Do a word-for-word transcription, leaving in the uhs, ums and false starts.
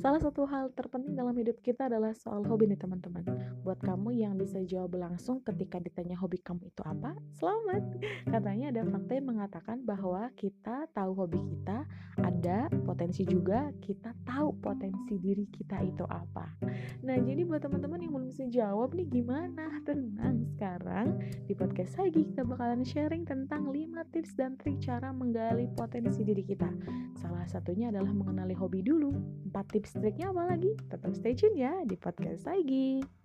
Salah satu hal terpenting dalam hidup kita adalah soal hobi nih teman-teman. Buat kamu yang bisa jawab langsung ketika ditanya hobi kamu itu apa, selamat. Katanya ada fakta yang mengatakan bahwa kita tahu hobi kita, ada potensi juga kita tahu potensi diri kita itu apa. Nah, jadi buat teman-teman yang belum bisa jawab nih gimana? Tenang, sekarang di podcast lagi kita bakalan sharing tentang lima tips dan trik cara menggali potensi diri kita. Salah satunya adalah mengenali hobi dulu. Empat tips triknya apa lagi? Tetap stay tune ya di podcast lagi.